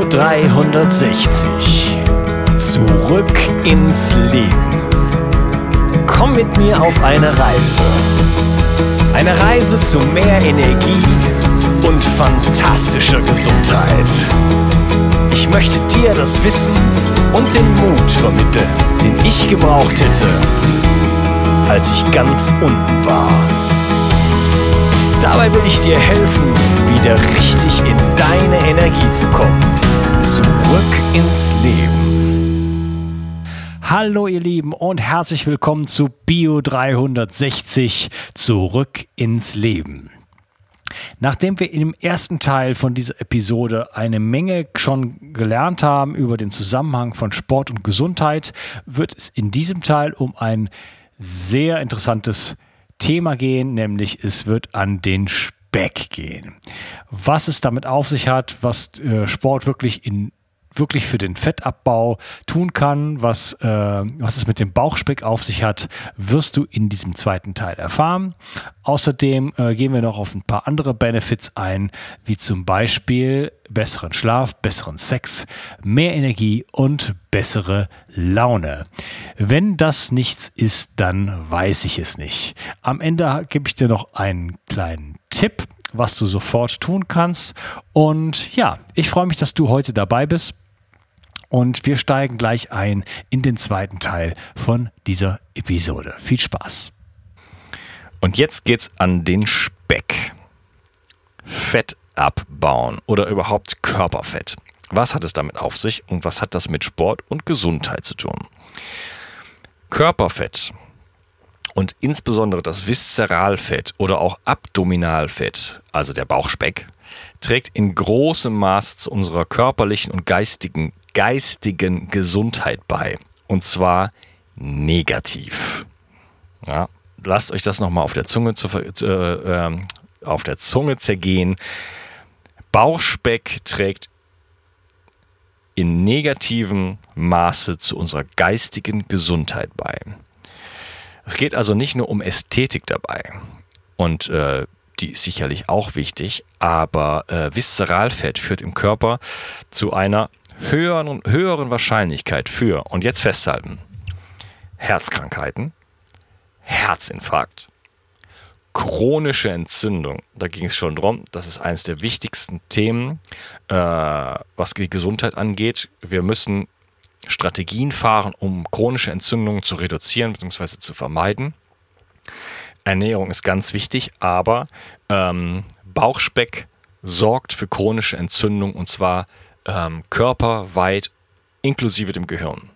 360. Zurück ins Leben. Komm mit mir auf eine Reise. Eine Reise zu mehr Energie und fantastischer Gesundheit. Ich möchte dir das Wissen und den Mut vermitteln, den ich gebraucht hätte, als ich ganz unten war. Dabei will ich dir helfen, wieder richtig in deine Energie zu kommen. Zurück ins Leben. Hallo ihr Lieben und herzlich willkommen zu Bio 360, Zurück ins Leben. Nachdem wir im ersten Teil von dieser Episode eine Menge schon gelernt haben über den Zusammenhang von Sport und Gesundheit, wird es in diesem Teil um ein sehr interessantes Thema gehen, nämlich es wird an den Speck gehen. Was es damit auf sich hat, was Sport wirklich für den Fettabbau tun kann, was es mit dem Bauchspeck auf sich hat, wirst du in diesem zweiten Teil erfahren. Außerdem gehen wir noch auf ein paar andere Benefits ein, wie zum Beispiel besseren Schlaf, besseren Sex, mehr Energie und bessere Laune. Wenn das nichts ist, dann weiß ich es nicht. Am Ende gebe ich dir noch einen kleinen Tipp, was du sofort tun kannst. Und ja, ich freue mich, dass du heute dabei bist. Und wir steigen gleich ein in den zweiten Teil von dieser Episode. Viel Spaß. Und jetzt geht's an den Speck. Fett abbauen oder überhaupt Körperfett. Was hat es damit auf sich und was hat das mit Sport und Gesundheit zu tun? Körperfett und insbesondere das Viszeralfett oder auch Abdominalfett, also der Bauchspeck, trägt in großem Maß zu unserer körperlichen und geistigen Gesundheit bei. Und zwar negativ. Ja, lasst euch das nochmal auf der Zunge zergehen. Bauchspeck trägt in negativem Maße zu unserer geistigen Gesundheit bei. Es geht also nicht nur um Ästhetik dabei. Und die ist sicherlich auch wichtig, aber Viszeralfett führt im Körper zu einer höheren Wahrscheinlichkeit für, und jetzt festhalten, Herzkrankheiten, Herzinfarkt, chronische Entzündung. Da ging es schon drum, das ist eines der wichtigsten Themen, was die Gesundheit angeht. Wir müssen Strategien fahren, um chronische Entzündungen zu reduzieren bzw. zu vermeiden. Ernährung ist ganz wichtig, aber Bauchspeck sorgt für chronische Entzündung und zwar körperweit inklusive dem Gehirn.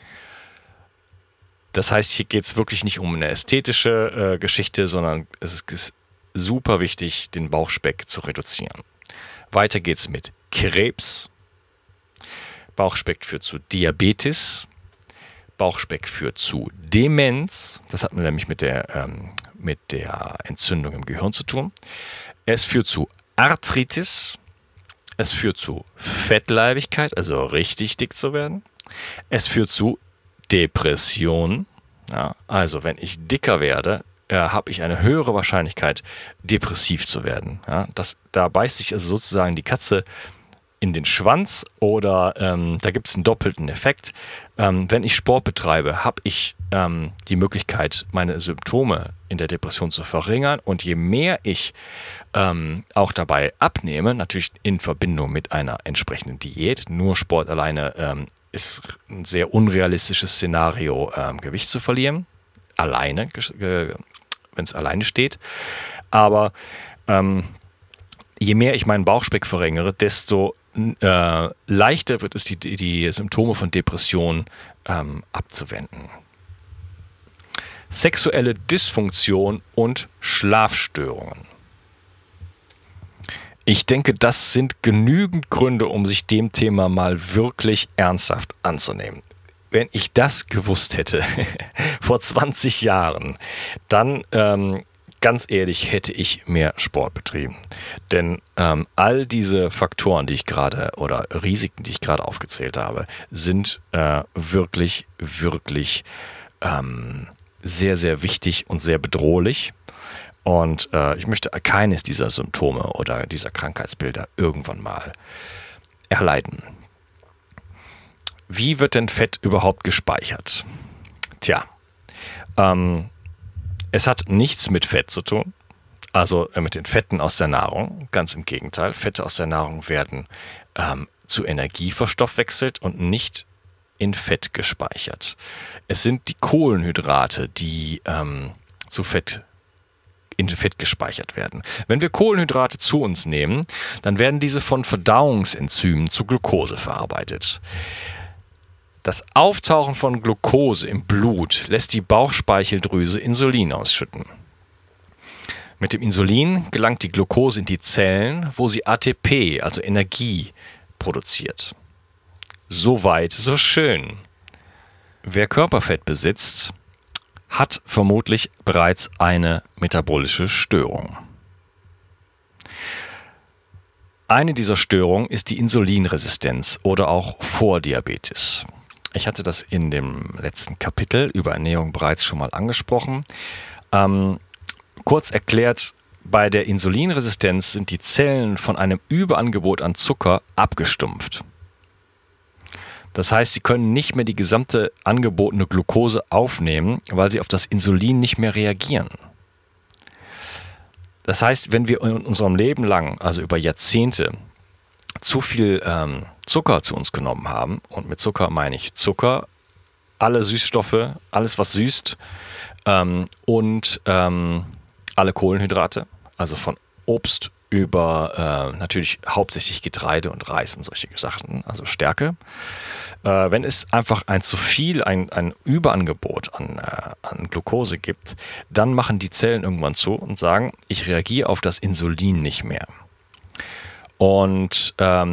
Das heißt, hier geht es wirklich nicht um eine ästhetische Geschichte, sondern es ist super wichtig, den Bauchspeck zu reduzieren. Weiter geht's mit Krebs. Bauchspeck führt zu Diabetes. Bauchspeck führt zu Demenz. Das hat man nämlich mit der Entzündung im Gehirn zu tun. Es führt zu Arthritis. Es führt zu Fettleibigkeit, also richtig dick zu werden. Es führt zu Depression. Ja, also wenn ich dicker werde, habe ich eine höhere Wahrscheinlichkeit, depressiv zu werden. Ja, da beißt sich also sozusagen die Katze in den Schwanz oder da gibt es einen doppelten Effekt. Wenn ich Sport betreibe, habe ich die Möglichkeit, meine Symptome in der Depression zu verringern. Und je mehr ich auch dabei abnehme, natürlich in Verbindung mit einer entsprechenden Diät, nur Sport alleine ist ein sehr unrealistisches Szenario, Gewicht zu verlieren. Alleine, wenn es alleine steht. Aber je mehr ich meinen Bauchspeck verringere, desto leichter wird es, die Symptome von Depression abzuwenden. Sexuelle Dysfunktion und Schlafstörungen. Ich denke, das sind genügend Gründe, um sich dem Thema mal wirklich ernsthaft anzunehmen. Wenn ich das gewusst hätte, vor 20 Jahren, dann ganz ehrlich, hätte ich mehr Sport betrieben. Denn all diese Faktoren, die ich gerade oder Risiken, die ich gerade aufgezählt habe, sind wirklich, wirklich sehr, sehr wichtig und sehr bedrohlich. Und ich möchte keines dieser Symptome oder dieser Krankheitsbilder irgendwann mal erleiden. wie wird denn Fett überhaupt gespeichert? Tja, es hat nichts mit Fett zu tun, also mit den Fetten aus der Nahrung. Ganz im Gegenteil, Fette aus der Nahrung werden zu Energie verstoffwechselt und nicht in Fett gespeichert. Es sind die Kohlenhydrate, die in Fett gespeichert werden. Wenn wir Kohlenhydrate zu uns nehmen, dann werden diese von Verdauungsenzymen zu Glucose verarbeitet. Das Auftauchen von Glucose im Blut lässt die Bauchspeicheldrüse Insulin ausschütten. Mit dem Insulin gelangt die Glucose in die Zellen, wo sie ATP, also Energie, produziert. So weit, so schön. Wer Körperfett besitzt, hat vermutlich bereits eine metabolische Störung. Eine dieser Störungen ist die Insulinresistenz oder auch Vordiabetes. Ich hatte das in dem letzten Kapitel über Ernährung bereits schon mal angesprochen. Kurz erklärt, bei der Insulinresistenz sind die Zellen von einem Überangebot an Zucker abgestumpft. Das heißt, sie können nicht mehr die gesamte angebotene Glucose aufnehmen, weil sie auf das Insulin nicht mehr reagieren. Das heißt, wenn wir in unserem Leben lang, also über Jahrzehnte, zu viel Zucker zu uns genommen haben, und mit Zucker meine ich Zucker, alle Süßstoffe, alles was süßt und alle Kohlenhydrate, also von Obst über natürlich hauptsächlich Getreide und Reis und solche Sachen, also Stärke. Wenn es einfach ein zu viel, ein Überangebot an Glucose gibt, dann machen die Zellen irgendwann zu und sagen, ich reagiere auf das Insulin nicht mehr. Und da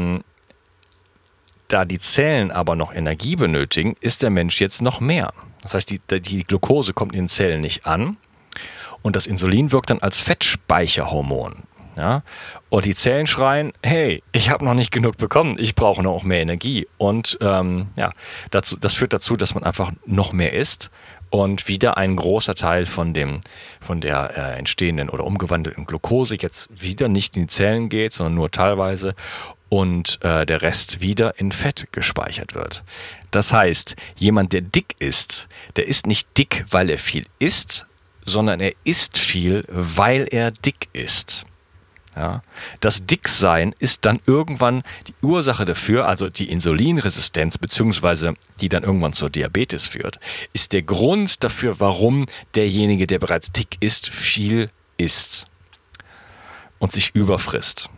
die Zellen aber noch Energie benötigen, ist der Mensch jetzt noch mehr. Das heißt, die Glucose kommt in den Zellen nicht an und das Insulin wirkt dann als Fettspeicherhormon. Ja? Und die Zellen schreien, hey, ich habe noch nicht genug bekommen, ich brauche noch mehr Energie. Und das führt dazu, dass man einfach noch mehr isst und wieder ein großer Teil von der entstehenden oder umgewandelten Glucose jetzt wieder nicht in die Zellen geht, sondern nur teilweise und der Rest wieder in Fett gespeichert wird. Das heißt, jemand, der dick ist, der ist nicht dick, weil er viel isst, sondern er isst viel, weil er dick ist. Ja, das Dicksein ist dann irgendwann die Ursache dafür, also die Insulinresistenz, beziehungsweise die dann irgendwann zur Diabetes führt, ist der Grund dafür, warum derjenige, der bereits dick ist, viel isst und sich überfrisst.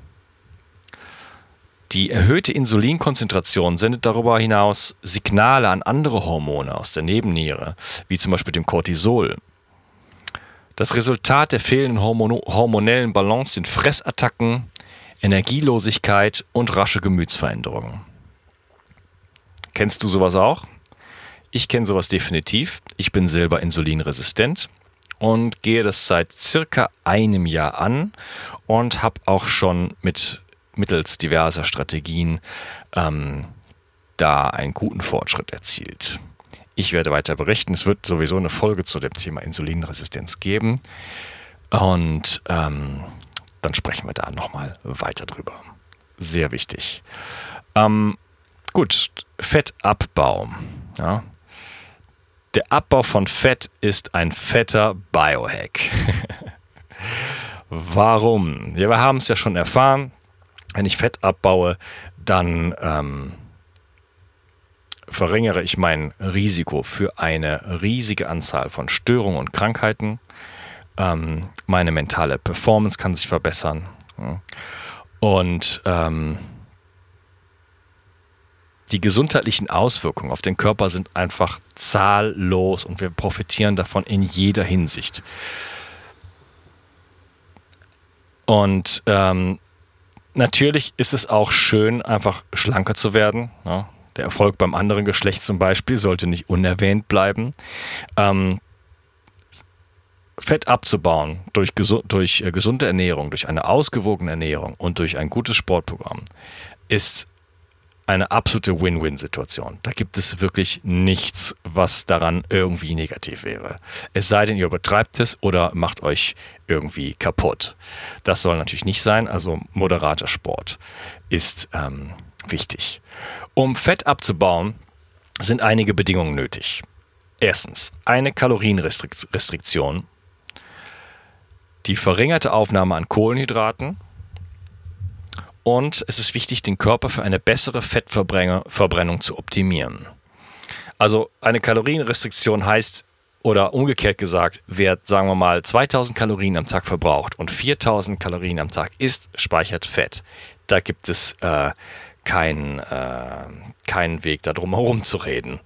Die erhöhte Insulinkonzentration sendet darüber hinaus Signale an andere Hormone aus der Nebenniere, wie zum Beispiel dem Cortisol. Das Resultat der fehlenden hormonellen Balance sind Fressattacken, Energielosigkeit und rasche Gemütsveränderungen. Kennst du sowas auch? Ich kenne sowas definitiv. Ich bin selber insulinresistent und gehe das seit circa einem Jahr an und habe auch schon mittels diverser Strategien da einen guten Fortschritt erzielt. Ich werde weiter berichten. Es wird sowieso eine Folge zu dem Thema Insulinresistenz geben. Und dann sprechen wir da nochmal weiter drüber. Sehr wichtig. Gut, Fettabbau. Ja. Der Abbau von Fett ist ein fetter Biohack. Warum? Ja, wir haben es ja schon erfahren. Wenn ich Fett abbaue, dann verringere ich mein Risiko für eine riesige Anzahl von Störungen und Krankheiten. Meine mentale Performance kann sich verbessern. Und die gesundheitlichen Auswirkungen auf den Körper sind einfach zahllos und wir profitieren davon in jeder Hinsicht. Und natürlich ist es auch schön, einfach schlanker zu werden. Ja? Der Erfolg beim anderen Geschlecht zum Beispiel sollte nicht unerwähnt bleiben. Fett abzubauen durch gesunde Ernährung, durch eine ausgewogene Ernährung und durch ein gutes Sportprogramm ist eine absolute Win-Win-Situation. Da gibt es wirklich nichts, was daran irgendwie negativ wäre. Es sei denn, ihr übertreibt es oder macht euch irgendwie kaputt. Das soll natürlich nicht sein, also moderater Sport ist wichtig. Um Fett abzubauen, sind einige Bedingungen nötig. Erstens, eine Kalorienrestriktion, die verringerte Aufnahme an Kohlenhydraten und es ist wichtig, den Körper für eine bessere Fettverbrennung zu optimieren. Also eine Kalorienrestriktion heißt, oder umgekehrt gesagt, wer, sagen wir mal, 2000 Kalorien am Tag verbraucht und 4000 Kalorien am Tag isst, speichert Fett. Da gibt es keinen Weg, da drum herum zu reden.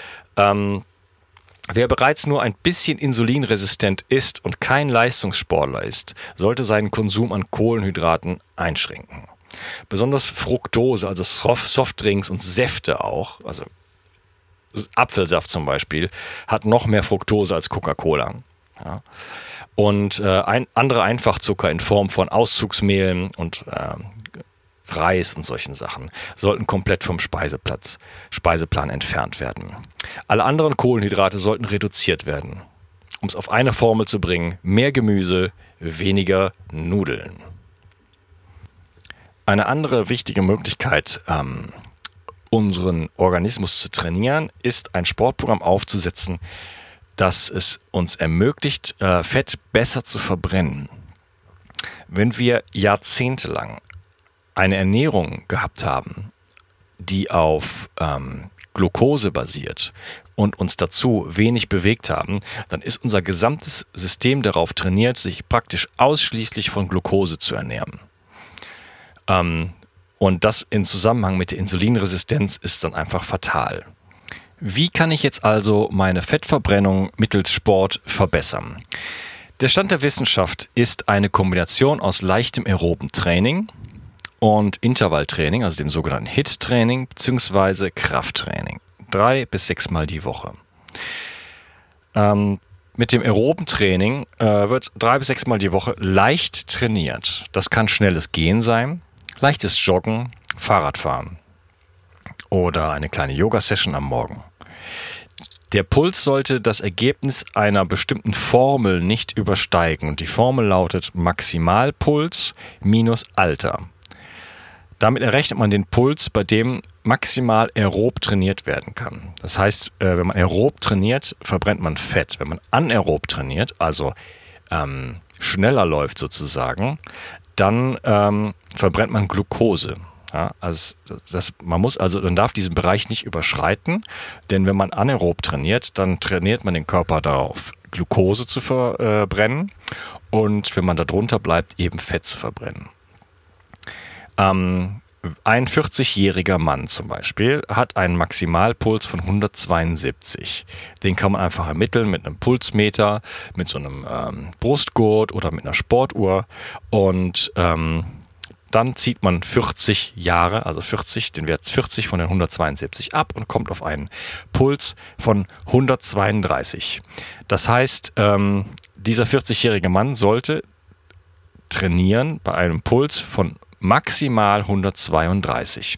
Wer bereits nur ein bisschen insulinresistent ist und kein Leistungssportler ist, sollte seinen Konsum an Kohlenhydraten einschränken. Besonders Fructose, also Softdrinks und Säfte auch, also Apfelsaft zum Beispiel, hat noch mehr Fructose als Coca-Cola. Ja. Und andere Einfachzucker in Form von Auszugsmehlen und Reis und solchen Sachen sollten komplett vom Speiseplan entfernt werden. Alle anderen Kohlenhydrate sollten reduziert werden. Um es auf eine Formel zu bringen: mehr Gemüse, weniger Nudeln. Eine andere wichtige Möglichkeit, unseren Organismus zu trainieren, ist ein Sportprogramm aufzusetzen, das es uns ermöglicht, Fett besser zu verbrennen. Wenn wir jahrzehntelang eine Ernährung gehabt haben, die auf Glucose basiert und uns dazu wenig bewegt haben, dann ist unser gesamtes System darauf trainiert, sich praktisch ausschließlich von Glucose zu ernähren. Und das in Zusammenhang mit der Insulinresistenz ist dann einfach fatal. Wie kann ich jetzt also meine Fettverbrennung mittels Sport verbessern? Der Stand der Wissenschaft ist eine Kombination aus leichtem aeroben Training und Intervalltraining, also dem sogenannten HIIT-Training bzw. Krafttraining. 3 bis 6 Mal die Woche. Mit dem aeroben Training wird 3 bis 6 Mal die Woche leicht trainiert. Das kann schnelles Gehen sein, leichtes Joggen, Fahrradfahren oder eine kleine Yoga-Session am Morgen. Der Puls sollte das Ergebnis einer bestimmten Formel nicht übersteigen und die Formel lautet Maximalpuls minus Alter. Damit errechnet man den Puls, bei dem maximal aerob trainiert werden kann. Das heißt, wenn man aerob trainiert, verbrennt man Fett. Wenn man anaerob trainiert, also schneller läuft sozusagen, dann verbrennt man Glucose. Ja, also man darf diesen Bereich nicht überschreiten, denn wenn man anaerob trainiert, dann trainiert man den Körper darauf, Glucose zu verbrennen und wenn man da drunter bleibt, eben Fett zu verbrennen. Ein 40-jähriger Mann zum Beispiel hat einen Maximalpuls von 172. Den kann man einfach ermitteln mit einem Pulsmeter, mit so einem Brustgurt oder mit einer Sportuhr und dann zieht man 40 Jahre, also 40, den Wert 40 von den 172 ab und kommt auf einen Puls von 132. Das heißt, dieser 40-jährige Mann sollte trainieren bei einem Puls von maximal 132.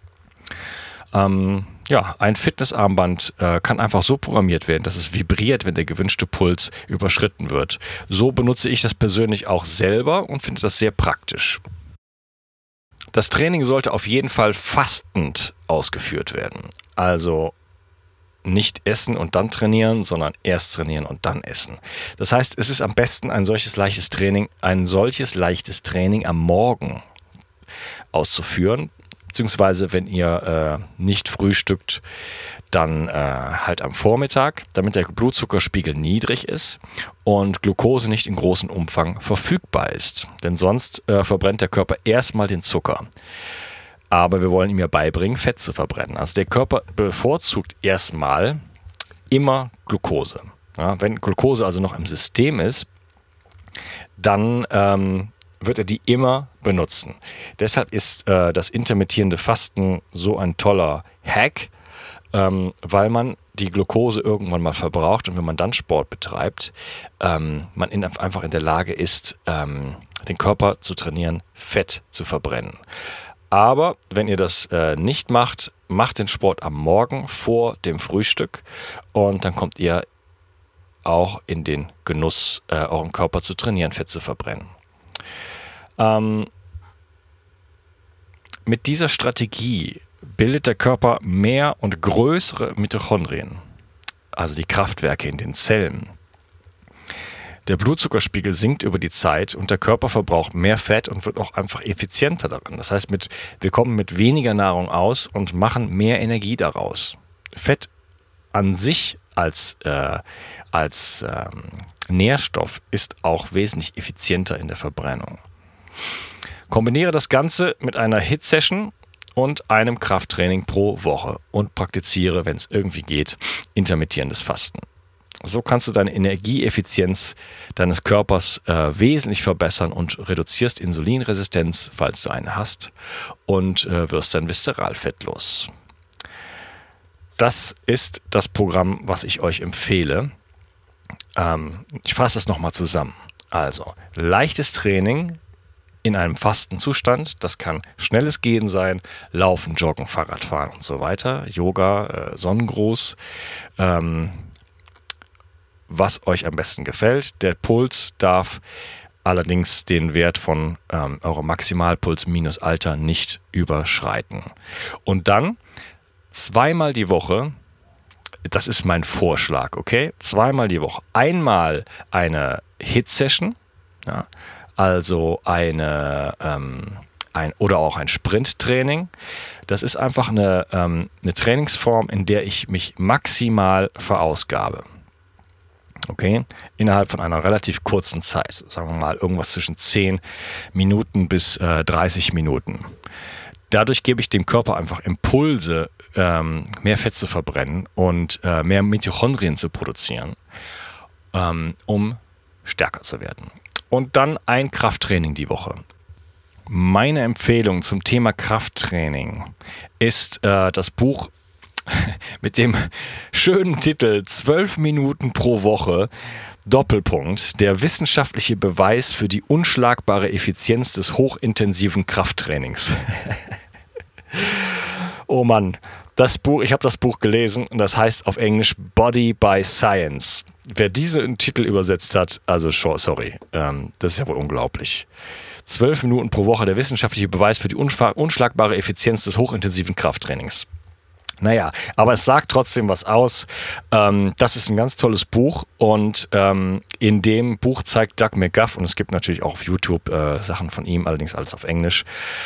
Ein Fitnessarmband kann einfach so programmiert werden, dass es vibriert, wenn der gewünschte Puls überschritten wird. So benutze ich das persönlich auch selber und finde das sehr praktisch. Das Training sollte auf jeden Fall fastend ausgeführt werden. Also nicht essen und dann trainieren, sondern erst trainieren und dann essen. Das heißt, es ist am besten ein solches leichtes Training am Morgen auszuführen, beziehungsweise wenn ihr nicht frühstückt, dann halt am Vormittag, damit der Blutzuckerspiegel niedrig ist und Glucose nicht in großem Umfang verfügbar ist. Denn sonst verbrennt der Körper erstmal den Zucker. Aber wir wollen ihm ja beibringen, Fett zu verbrennen. Also der Körper bevorzugt erstmal immer Glucose. Ja, wenn Glucose also noch im System ist, dann wird er die immer benutzen. Deshalb ist das intermittierende Fasten so ein toller Hack, weil man die Glucose irgendwann mal verbraucht und wenn man dann Sport betreibt, man einfach in der Lage ist, den Körper zu trainieren, Fett zu verbrennen. Aber wenn ihr das nicht macht, macht den Sport am Morgen vor dem Frühstück und dann kommt ihr auch in den Genuss, euren Körper zu trainieren, Fett zu verbrennen. Mit dieser Strategie bildet der Körper mehr und größere Mitochondrien, also die Kraftwerke in den Zellen. Der Blutzuckerspiegel sinkt über die Zeit und der Körper verbraucht mehr Fett und wird auch einfach effizienter darin. Das heißt, wir kommen mit weniger Nahrung aus und machen mehr Energie daraus. Fett an sich als Nährstoff ist auch wesentlich effizienter in der Verbrennung. Kombiniere das Ganze mit einer HIIT-Session und einem Krafttraining pro Woche und praktiziere, wenn es irgendwie geht, intermittierendes Fasten. So kannst du deine Energieeffizienz deines Körpers wesentlich verbessern und reduzierst Insulinresistenz, falls du eine hast, und wirst dein Viszeralfett los. Das ist das Programm, was ich euch empfehle. Ich fasse das nochmal zusammen. Also, leichtes Training in einem fasten Zustand. Das kann schnelles Gehen sein, Laufen, Joggen, Fahrradfahren und so weiter. Yoga, Sonnengruß. Was euch am besten gefällt. Der Puls darf allerdings den Wert von eurem Maximalpuls minus Alter nicht überschreiten. Und dann zweimal die Woche, das ist mein Vorschlag, okay? Zweimal die Woche. Einmal eine HIIT-Session, ja, also oder auch ein Sprinttraining. Das ist einfach eine Trainingsform, in der ich mich maximal verausgabe. Okay, innerhalb von einer relativ kurzen Zeit, sagen wir mal irgendwas zwischen 10 Minuten bis 30 Minuten. Dadurch gebe ich dem Körper einfach Impulse, mehr Fett zu verbrennen und mehr Mitochondrien zu produzieren, um stärker zu werden. Und dann ein Krafttraining die Woche. Meine Empfehlung zum Thema Krafttraining ist das Buch mit dem schönen Titel 12 Minuten pro Woche, Doppelpunkt, der wissenschaftliche Beweis für die unschlagbare Effizienz des hochintensiven Krafttrainings. Oh Mann, ich habe das Buch gelesen und das heißt auf Englisch Body by Science. Wer diesen Titel übersetzt hat, also sorry, das ist ja wohl unglaublich. 12 Minuten pro Woche, der wissenschaftliche Beweis für die unschlagbare Effizienz des hochintensiven Krafttrainings. Naja, aber es sagt trotzdem was aus. Das ist ein ganz tolles Buch und in dem Buch zeigt Doug McGuff, und es gibt natürlich auch auf YouTube Sachen von ihm, allerdings alles auf Englisch,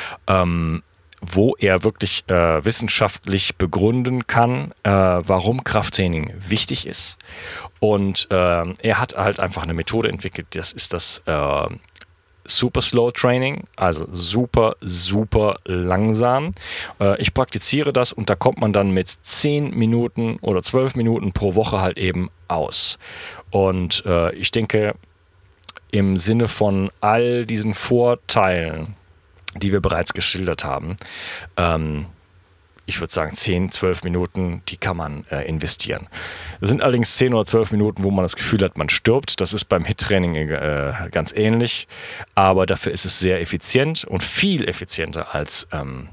wo er wirklich wissenschaftlich begründen kann, warum Krafttraining wichtig ist. Und er hat halt einfach eine Methode entwickelt, das ist das Super Slow Training, also super, super langsam. Ich praktiziere das und da kommt man dann mit 10 Minuten oder 12 Minuten pro Woche halt eben aus. Und ich denke, im Sinne von all diesen Vorteilen, die wir bereits geschildert haben, ich würde sagen 10, 12 Minuten, die kann man investieren. Das sind allerdings 10 oder 12 Minuten, wo man das Gefühl hat, man stirbt. Das ist beim HIIT-Training ganz ähnlich, aber dafür ist es sehr effizient und viel effizienter als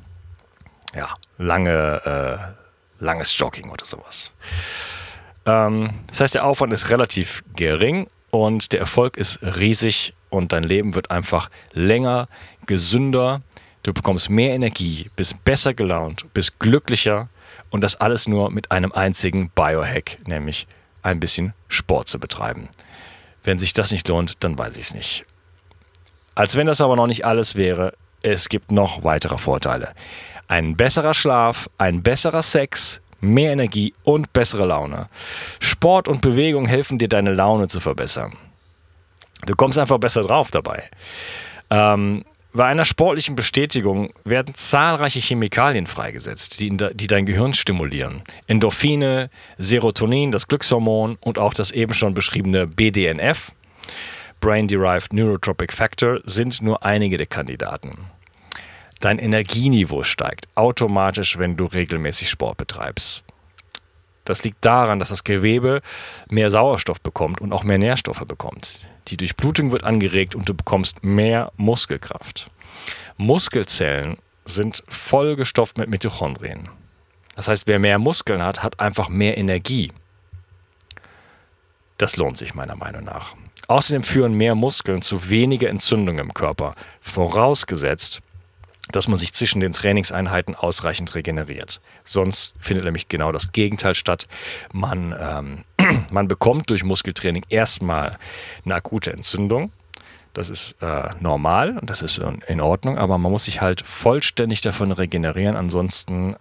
langes Jogging oder sowas. Das heißt, der Aufwand ist relativ gering und der Erfolg ist riesig und dein Leben wird einfach länger, gesünder. Du bekommst mehr Energie, bist besser gelaunt, bist glücklicher und das alles nur mit einem einzigen Biohack, nämlich ein bisschen Sport zu betreiben. Wenn sich das nicht lohnt, dann weiß ich es nicht. Als wenn das aber noch nicht alles wäre, es gibt noch weitere Vorteile. Ein besserer Schlaf, ein besserer Sex, mehr Energie und bessere Laune. Sport und Bewegung helfen dir, deine Laune zu verbessern. Du kommst einfach besser drauf dabei. Bei einer sportlichen Bestätigung werden zahlreiche Chemikalien freigesetzt, die dein Gehirn stimulieren. Endorphine, Serotonin, das Glückshormon und auch das eben schon beschriebene BDNF, Brain-Derived Neurotropic Factor, sind nur einige der Kandidaten. Dein Energieniveau steigt automatisch, wenn du regelmäßig Sport betreibst. Das liegt daran, dass das Gewebe mehr Sauerstoff bekommt und auch mehr Nährstoffe bekommt. Die Durchblutung wird angeregt und du bekommst mehr Muskelkraft. Muskelzellen sind vollgestopft mit Mitochondrien. Das heißt, wer mehr Muskeln hat, hat einfach mehr Energie. Das lohnt sich meiner Meinung nach. Außerdem führen mehr Muskeln zu weniger Entzündungen im Körper, vorausgesetzt, dass man sich zwischen den Trainingseinheiten ausreichend regeneriert. Sonst findet nämlich genau das Gegenteil statt. Man bekommt durch Muskeltraining erstmal eine akute Entzündung. Das ist normal und das ist in Ordnung, aber man muss sich halt vollständig davon regenerieren. Ansonsten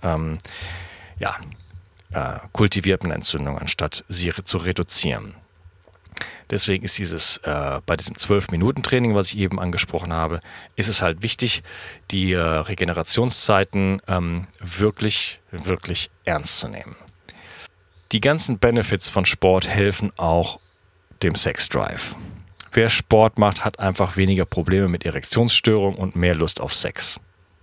kultiviert man Entzündung, anstatt sie zu reduzieren. Deswegen ist bei diesem 12-Minuten-Training, was ich eben angesprochen habe, ist es halt wichtig, die Regenerationszeiten wirklich, wirklich ernst zu nehmen. Die ganzen Benefits von Sport helfen auch dem Sexdrive. Wer Sport macht, hat einfach weniger Probleme mit Erektionsstörungen und mehr Lust auf Sex.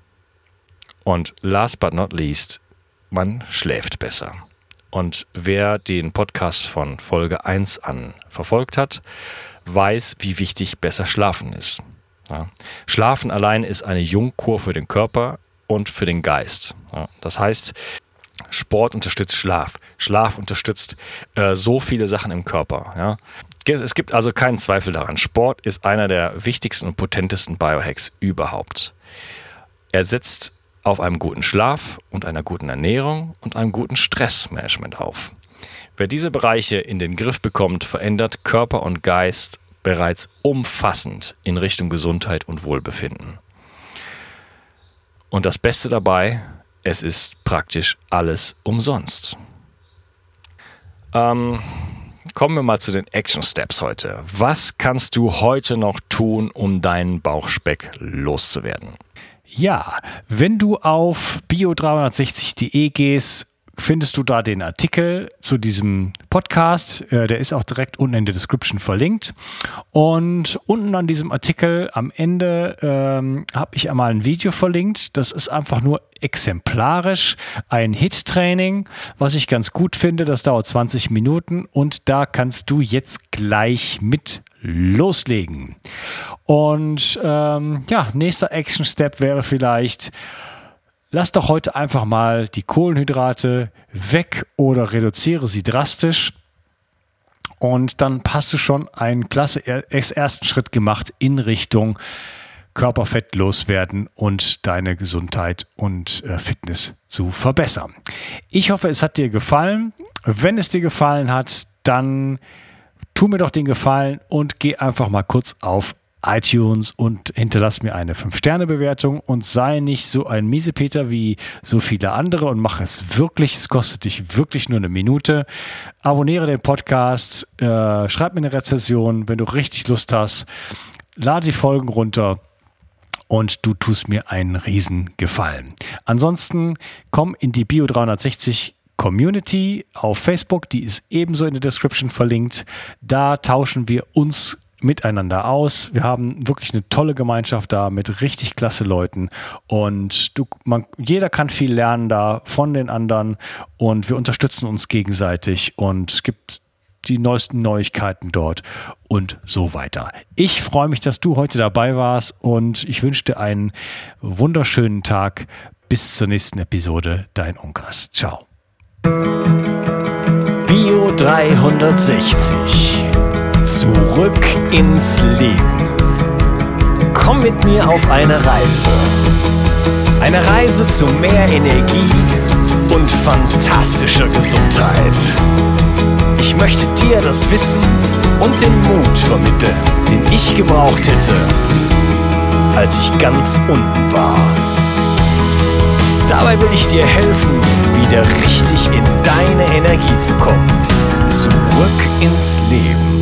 Und last but not least, man schläft besser. Und wer den Podcast von Folge 1 an verfolgt hat, weiß, wie wichtig besser Schlafen ist. Ja. Schlafen allein ist eine Jungkur für den Körper und für den Geist. Ja. Das heißt, Sport unterstützt Schlaf. Schlaf unterstützt so viele Sachen im Körper. Ja. Es gibt also keinen Zweifel daran. Sport ist einer der wichtigsten und potentesten Biohacks überhaupt. Er setzt auf einem guten Schlaf und einer guten Ernährung und einem guten Stressmanagement auf. Wer diese Bereiche in den Griff bekommt, verändert Körper und Geist bereits umfassend in Richtung Gesundheit und Wohlbefinden. Und das Beste dabei, es ist praktisch alles umsonst. Kommen wir mal zu den Action Steps heute. Was kannst du heute noch tun, um deinen Bauchspeck loszuwerden? Ja, wenn du auf bio360.de gehst, findest du da den Artikel zu diesem Podcast. Der ist auch direkt unten in der Description verlinkt. Und unten an diesem Artikel am Ende habe ich einmal ein Video verlinkt. Das ist einfach nur exemplarisch ein HIIT-Training, was ich ganz gut finde. Das dauert 20 Minuten und da kannst du jetzt gleich mit loslegen. Und nächster Action-Step wäre vielleicht: Lass doch heute einfach mal die Kohlenhydrate weg oder reduziere sie drastisch. Und dann hast du schon einen klasse ersten Schritt gemacht in Richtung Körperfett loswerden und deine Gesundheit und Fitness zu verbessern. Ich hoffe, es hat dir gefallen. Wenn es dir gefallen hat, dann tu mir doch den Gefallen und geh einfach mal kurz auf iTunes und hinterlass mir eine 5-Sterne-Bewertung und sei nicht so ein Miesepeter wie so viele andere und mach es wirklich. Es kostet dich wirklich nur eine Minute. Abonniere den Podcast, schreib mir eine Rezension, wenn du richtig Lust hast. Lade die Folgen runter und du tust mir einen riesen Gefallen. Ansonsten komm in die Bio360 Community auf Facebook, die ist ebenso in der Description verlinkt. Da tauschen wir uns miteinander aus. Wir haben wirklich eine tolle Gemeinschaft da mit richtig klasse Leuten und jeder kann viel lernen da von den anderen und wir unterstützen uns gegenseitig und es gibt die neuesten Neuigkeiten dort und so weiter. Ich freue mich, dass du heute dabei warst und ich wünsche dir einen wunderschönen Tag. Bis zur nächsten Episode. Dein Unkas. Ciao. Bio 360. Zurück ins Leben. Komm mit mir auf eine Reise. Eine Reise zu mehr Energie und fantastischer Gesundheit. Ich möchte dir das Wissen und den Mut vermitteln, den ich gebraucht hätte, als ich ganz unten war. Dabei will ich dir helfen, wieder richtig in deine Energie zu kommen. Zurück ins Leben.